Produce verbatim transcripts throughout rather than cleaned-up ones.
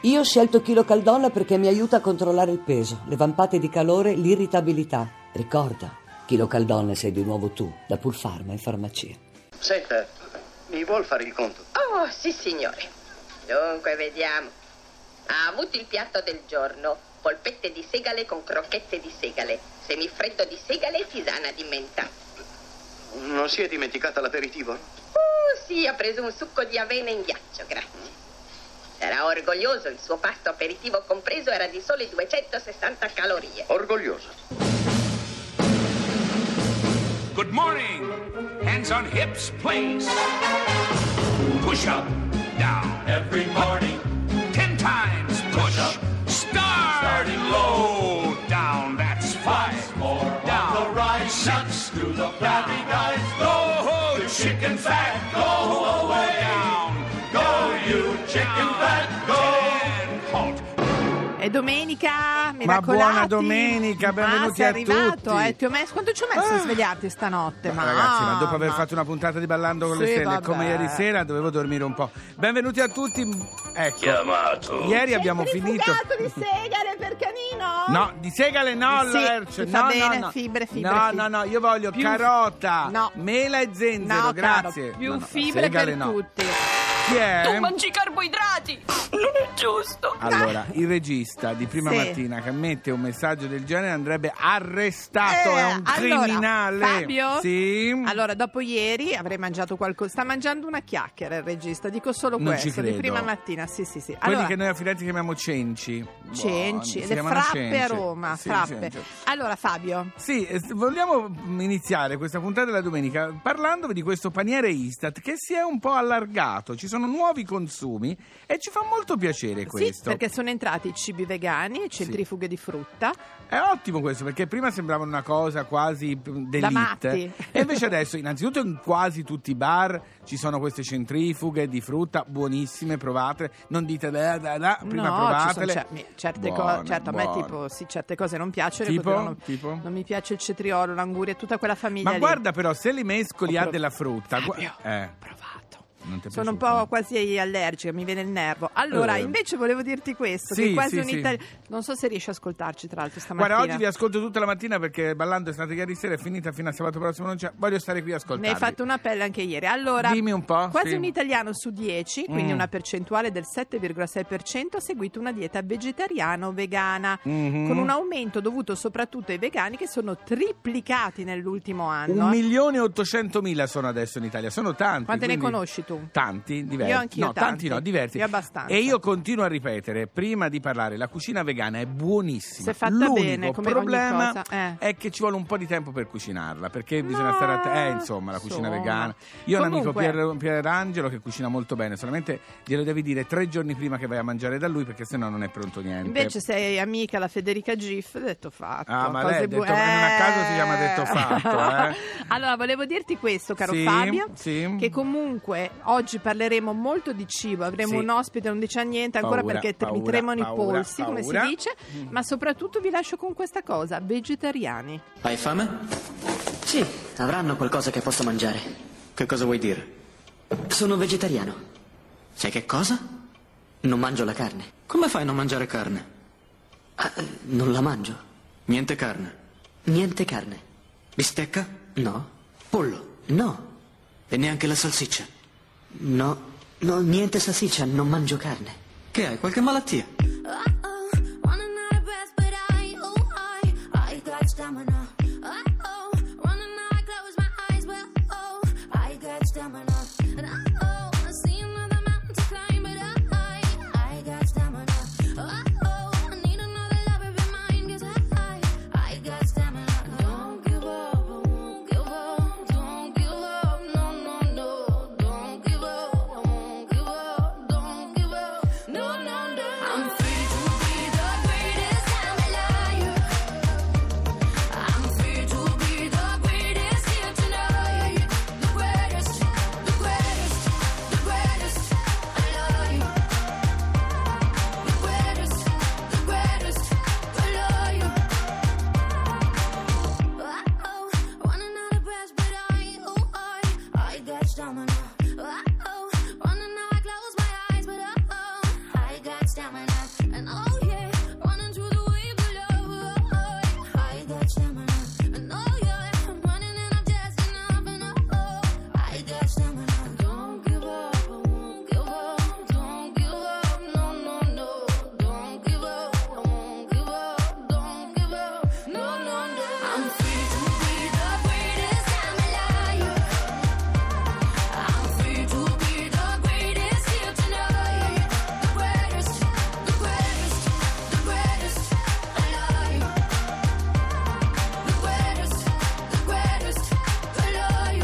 Io ho scelto KiloCaldon perché mi aiuta a controllare il peso, le vampate di calore, l'irritabilità. Ricorda, KiloCaldon sei di nuovo tu, da Pulpharma in farmacia. Senta, mi vuol fare il conto? Oh, sì signore. Dunque, vediamo. Ha avuto il piatto del giorno: polpette di segale con crocchette di segale, semifreddo di segale e tisana di menta. Non si è dimenticata l'aperitivo? Oh, sì, ha preso un succo di avena in ghiaccio, grazie. Era orgoglioso, il suo pasto aperitivo compreso era di sole duecentosessanta calorie. Orgoglioso. Good morning. Hands on hips, please. Push up, down. Every morning. Ten times push up. Start. Starting low. Down, that's five. More down. On the rise. Six. To the flabby guys. Go, the chicken fat. Go away. Down. Go, you chicken fat. Go. Ten. Halt. È domenica, Ma miracolati. buona domenica, benvenuti ah, a sei arrivato, tutti. eh, ti ho messo, quanto ci ho messo Ah. a svegliarti stanotte? Ma, Ragazzi, ma dopo aver fatto una puntata di Ballando con le Sì, Stelle vabbè. come ieri sera dovevo dormire un po'. Benvenuti a tutti. Ecco, Chiamato. ieri abbiamo finito. di segale per canino? No, di segale no, Sì, Lercio. ti fa no, bene, no, no. fibre, fibre, No, fibre. no, no, io voglio Più- carota, no. mela e zenzero, No, caro, grazie. più No, no, fibre segale per no. tutti. Chi è? Tu mangi carboidrati! Non è giusto! Allora, il regista di Prima Sì. Mattina che mette un messaggio del genere andrebbe arrestato, Eh, è un allora, criminale. Fabio? Sì. Allora, dopo ieri avrei mangiato qualcosa. Sta mangiando una chiacchiera il regista, dico solo Non ci questo. Di credo. Prima Mattina, sì, sì, sì. Quelli Allora, che noi a Firenze chiamiamo cenci. Cenci, Buoni, si le chiamano frappe cenci. a Roma, Sì, frappe. cenci. Allora, Fabio, Sì, eh, vogliamo iniziare questa puntata della domenica parlandovi di questo paniere Istat che si è un po' allargato, ci sono nuovi consumi e ci fa molto piacere questo. sì, perché sono entrati i cibi vegani, e centrifughe di frutta. È ottimo questo perché prima sembrava una cosa quasi d'elite matti. e invece adesso innanzitutto in quasi tutti i bar ci sono queste centrifughe di frutta buonissime, provate, non dite da, da, da, prima no, ci sono provatele. cer- mi- certe Buone, cose, certo, a me buone. tipo, sì, certe cose non piacciono. Tipo? così Non, Tipo? non mi piace il cetriolo, l'anguria, tutta quella famiglia Ma lì. guarda però se li mescoli Ho a prov- della frutta gu- Fabio, eh, provato. non ti è Sono un piaciuto? po' quasi allergica, mi viene il nervo. Allora, Eh. invece volevo dirti questo, Sì, che quasi sì, un sì. italiano... Non so se riesci a ascoltarci tra l'altro stamattina. Guarda, oggi vi ascolto tutta la mattina perché Ballando è stata ieri sera, è finita fino a sabato prossimo, non c'è. Voglio stare qui a Ne ascoltarvi. hai fatto un appello anche ieri. Allora, Dimmi un po', quasi sì. un italiano su dieci, quindi Mm. una percentuale del sette virgola sei per cento, ha seguito una dieta vegetariana o vegana, Mhm. con un aumento dovuto soprattutto ai vegani che sono triplicati nell'ultimo anno. Un eh. milione e ottocentomila sono adesso in Italia, sono tanti. Quante ne quindi- conosci tu? Tanti, diversi. Io anch'io no, tanti. no, diversi. Io abbastanza. E io continuo a ripetere, prima di parlare, la cucina vegana è buonissima. Se fatta L'unico bene, come ogni problema cosa, eh. è che ci vuole un po' di tempo per cucinarla, perché bisogna No, stare attenti. Eh, insomma, la cucina insomma. vegana. Io ho un amico Comunque- Pier, Pierangelo che cucina molto bene, solamente glielo devi dire tre giorni prima che vai a mangiare da lui, perché sennò non è pronto niente. Invece sei amica la Federica Giff, detto fatto. Ah, ma cose lei ha bu- detto- non a caso si chiama detto fatto, eh. Allora, volevo dirti questo, caro Sì, Fabio, sì. che comunque oggi parleremo molto di cibo, avremo Sì. un ospite, non dice niente ancora Paura, perché te- mi paura, tremano paura, i polsi, come paura. si dice, ma soprattutto vi lascio con questa cosa, vegetariani. Hai fame? Sì, avranno qualcosa che posso mangiare. Che cosa vuoi dire? Sono vegetariano. Sai che cosa? Non mangio la carne. Come fai a non mangiare carne? Ah, eh, non la mangio. Niente carne? Niente carne. Bistecca? No. Pollo? No. E neanche la salsiccia? No. No, niente salsiccia, non mangio carne. Che hai, qualche malattia? Uh-oh, running out of breath, but I, oh, I, I got stamina. Uh-oh, running out, I close my eyes, but oh, I got stamina. And uh-oh, I see another mountain to climb, but I, I got stamina. Uh-oh, I need another lover of mine, 'cause I, I got stamina. Don't give up, I won't give up. Don't give up, no, no, no. Don't give up, I won't give up. Don't give up, no, no, no. I'm stamina. And oh yeah, running through the wave below. I got stamina. And oh yeah, I'm running and I'm just enough. And oh, I got stamina. Don't give up, I won't give up. Don't give up, no, no, no. Don't give up, I won't give up. Don't give up, no, no, no. I'm free to be the greatest I'm alive. I'm free to be the greatest here tonight. The greatest, the greatest, the greatest alive. The greatest, the greatest alive.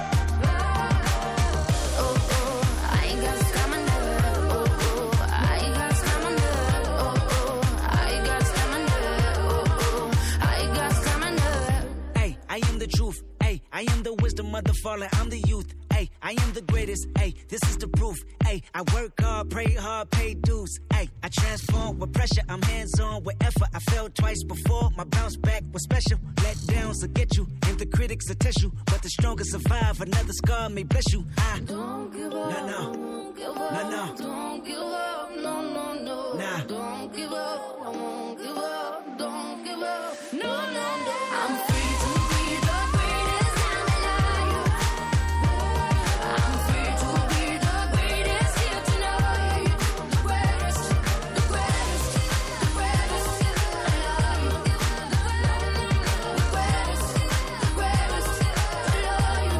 Oh, oh, I got stamina. Oh, oh, I got stamina. Oh, oh, I got stamina. Oh, oh, I got stamina. Hey, I am the truth. Hey, I am the wisdom of the fallen. I'm the youth. Hey, I am the greatest. Hey, this is the proof. Hey, I work hard, pray hard, pay dues. Hey, I transform with pressure. I'm hands on with effort. I fell twice before. My bounce back was special. Let downs will get you, and the critics will test you. But the strongest survive. Another scar may bless you. I Don't give up, No, no. won't give up. No, no. Don't give up, no, no, no. Nah. Don't give up, I won't give up. Don't give up, no, no, no. I'm free to be the greatest I'm alive. I'm free to be the greatest here tonight. The greatest, the greatest, the greatest alive. The greatest, the greatest alive.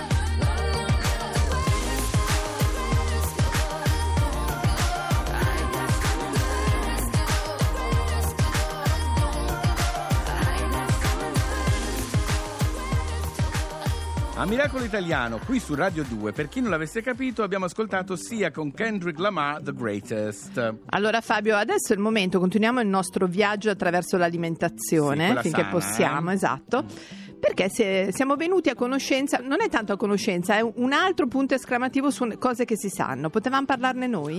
A Miracolo Italiano, qui su Radio due, per chi non l'avesse capito, abbiamo ascoltato sia con Kendrick Lamar, The Greatest. Allora Fabio, adesso è il momento, continuiamo il nostro viaggio attraverso Sì, l'alimentazione, quella finché sana, possiamo, eh? esatto. Perché se siamo venuti a conoscenza, non è tanto a conoscenza, è un altro punto esclamativo su cose che si sanno. Potevamo parlarne noi?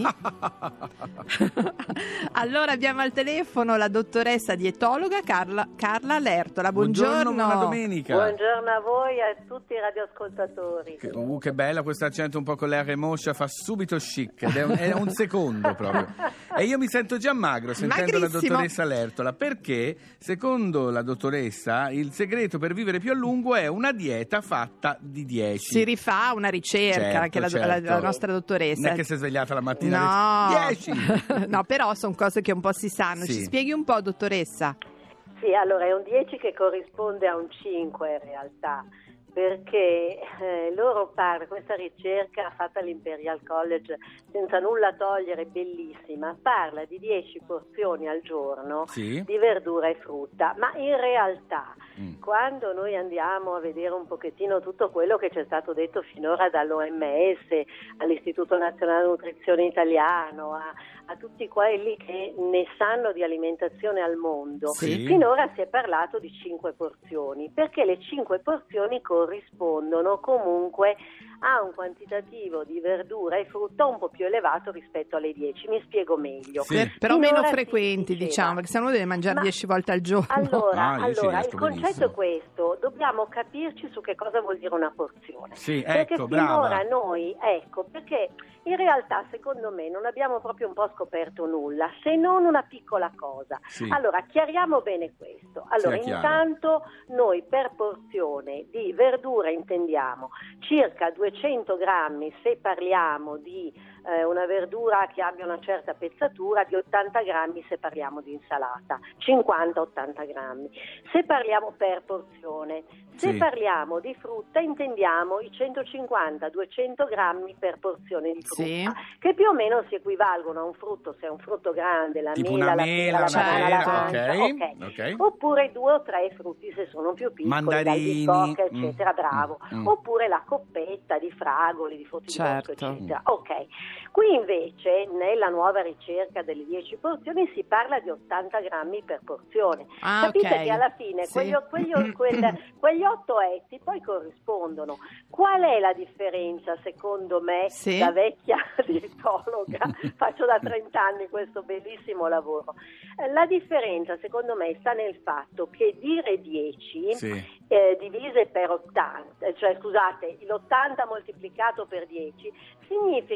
Allora abbiamo al telefono la dottoressa dietologa Carla, Carla Lertola. Buongiorno. Buona domenica. Buongiorno a voi e a tutti i radioascoltatori. Che, uh, che bella questo accento un po' con l'air moscia, fa subito chic, ed è un, è un secondo proprio. E io mi sento già magro sentendo Magrissimo. la dottoressa Lertola, perché secondo la dottoressa il segreto per vivere più a lungo è una dieta fatta di dieci. Si rifà una ricerca, Certo, anche la, certo. la- la nostra dottoressa. Non è che si è svegliata la mattina No, alle dieci. no, però sono cose che un po' si sanno. Sì. Ci spieghi un po', dottoressa? Sì, allora è un dieci che corrisponde a un cinque in realtà, perché eh, loro par- questa ricerca fatta all'Imperial College, senza nulla togliere, bellissima, parla di dieci porzioni al giorno Sì. di verdura e frutta, ma in realtà Mm. quando noi andiamo a vedere un pochettino tutto quello che c'è stato detto finora dall'O M S, all'Istituto Nazionale Nutrizione Italiano, a, a tutti quelli che ne sanno di alimentazione al mondo, Sì. finora si è parlato di cinque porzioni, perché le cinque porzioni corrispondono comunque a un quantitativo di verdura e frutta un po' più elevato rispetto alle dieci. Mi spiego meglio. Sì. Per- però Finora meno si frequenti, diceva- diciamo, perché se no uno deve mangiare Ma- dieci volte al giorno. Allora, Ah, io ci allora riesco il concetto benissimo. è questo, dobbiamo capirci su che cosa vuol dire una porzione. Sì, Perché ecco, finora brava. noi, ecco, perché in realtà secondo me non abbiamo proprio un po' scoperto nulla, se non una piccola cosa. Sì. Allora, chiariamo bene questo. Allora, Sia chiaro. intanto noi per porzione di verdura intendiamo circa duecento grammi se parliamo di eh, una verdura che abbia una certa pezzatura, di ottanta grammi se parliamo di insalata, cinquanta ottanta grammi. Se parliamo per porzione, se Sì. parliamo di frutta intendiamo i centocinquanta duecento grammi per porzione di frutta, Sì. che più o meno si equivalgono a un frutto, se è un frutto grande, la Tipo mela, una la mela, pera, la una banana, pera, l'arancia, ok, ok. oppure due o tre frutti se sono più piccoli, Mandarini, albicocche, eccetera, mm, bravo, mm, mm. oppure la coppetta di fragoli, di frutti di bosco, Certo. eccetera. Ok, qui invece nella nuova ricerca delle dieci porzioni si parla di ottanta grammi per porzione. Ah, Capite ok. che alla fine Sì. quegli, quegli, quel- quegli otto etti poi corrispondono. Qual è la differenza secondo me, Sì. da vecchia dietologa, faccio da trenta anni questo bellissimo lavoro, Eh, la differenza secondo me sta nel fatto che dire dieci Sì. eh, divise per ottanta, cioè scusate, l'ottanta moltiplicato per dieci significa va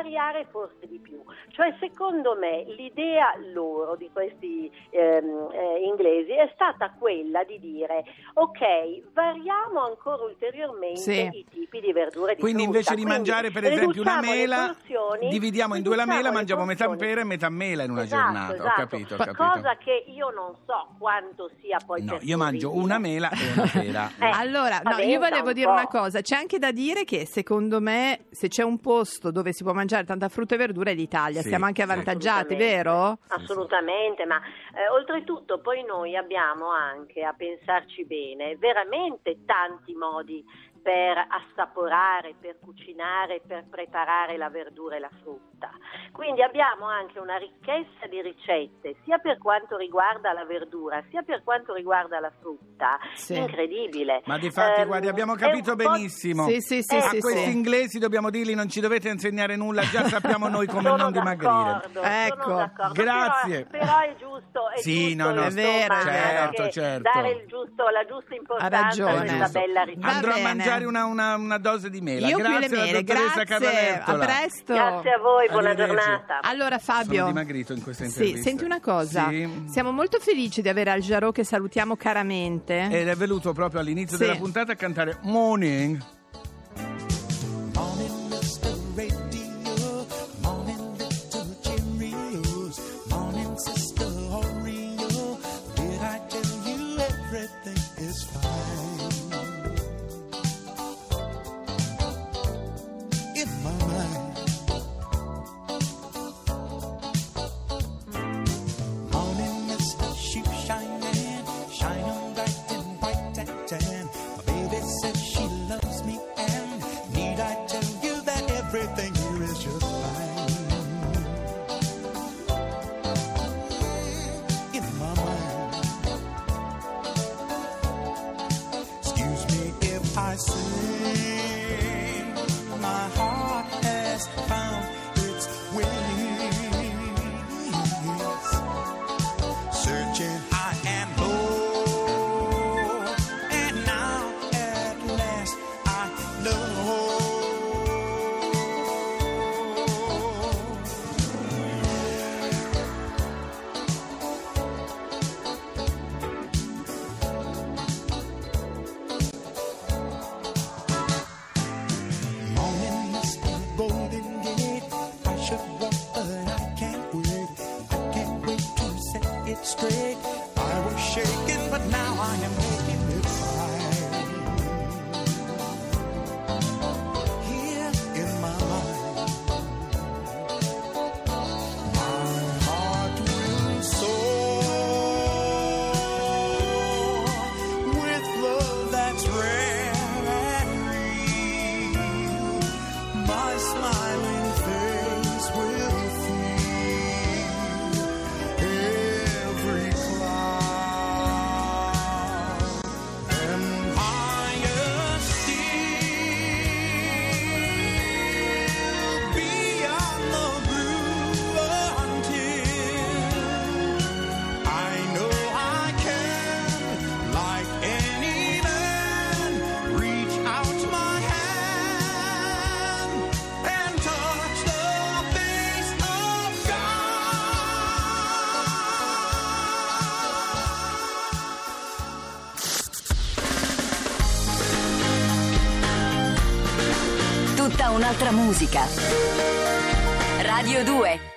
variare forse di più. Cioè, secondo me, l'idea loro di questi ehm, eh, inglesi è stata quella di dire: ok, variamo ancora ulteriormente Sì. i tipi di verdure e di Quindi frutta. invece di Quindi mangiare per esempio una riduciamo le mela, porzioni, dividiamo in due la riduciamo mela, le mangiamo metà porzioni. pera e metà mela in una Esatto, giornata. esatto. Ho capito, ho Ma capito. cosa che io non so quanto sia poi No, io mangio percorribile. una mela e una pera. Eh, Allora, no, vabbè, io da volevo un dire po'. una cosa, c'è anche da dire che secondo me se c'è un posto dove si può mangiare tanta frutta e verdura è l'Italia, Sì, siamo anche sì. avvantaggiati, Assolutamente. vero? Assolutamente, ma eh, oltretutto poi noi abbiamo anche, a pensarci bene, veramente tanti modi per assaporare, per cucinare, per preparare la verdura e la frutta. Quindi abbiamo anche una ricchezza di ricette, sia per quanto riguarda la verdura, sia per quanto riguarda la frutta, Sì. incredibile. Ma difatti, Ehm, guardi, abbiamo è capito un po'- benissimo. Sì, sì, sì, Eh, A sì, questi sì. inglesi dobbiamo dirgli: non ci dovete insegnare nulla, già sappiamo noi come Sono non dimagrire. d'accordo, Ecco, sono d'accordo, grazie. Però, però è giusto, è Sì, giusto, no, no, è vero, insomma, certo, anche certo. dare il giusto, la giusta importanza a ragione. questa bella ricetta. Va Andrò a bene. mangiare una, una, una dose di mela. Io più le Grazie alla mele, dottoressa grazie, a Carralettola. presto. Grazie a voi, buona Arrivederci. giornata. Allora Sono Fabio, dimagrito in questa sì, intervista. senti una cosa, Sì. siamo molto felici di avere Al Jarreau che salutiamo caramente. Ed è venuto proprio all'inizio Sì. della puntata a cantare Morning. Morning, mister Radio. Morning, little Cheerios. Morning, sister Oreo. Did I tell you everything is fine? In my mind. Morning, mister Sheep Shining. Shining bright and white and tan. My baby says she loves me, and need I tell you that everything here is just fine? In my mind. Excuse me if I say my heart has found its wings, searching high and low, and now at last I know. Morning, Mister Golden Gate. I should walk, but I can't wait. I can't wait to set it straight. I was shaking, but now I am making it fine. Here in my mind, my heart will soar with love that's rare and real. My smiling face will feel every cloud, and higher still beyond the blue, until I know I can, like any man, reach out my hand and touch the face of Tutta un'altra musica. Radio due.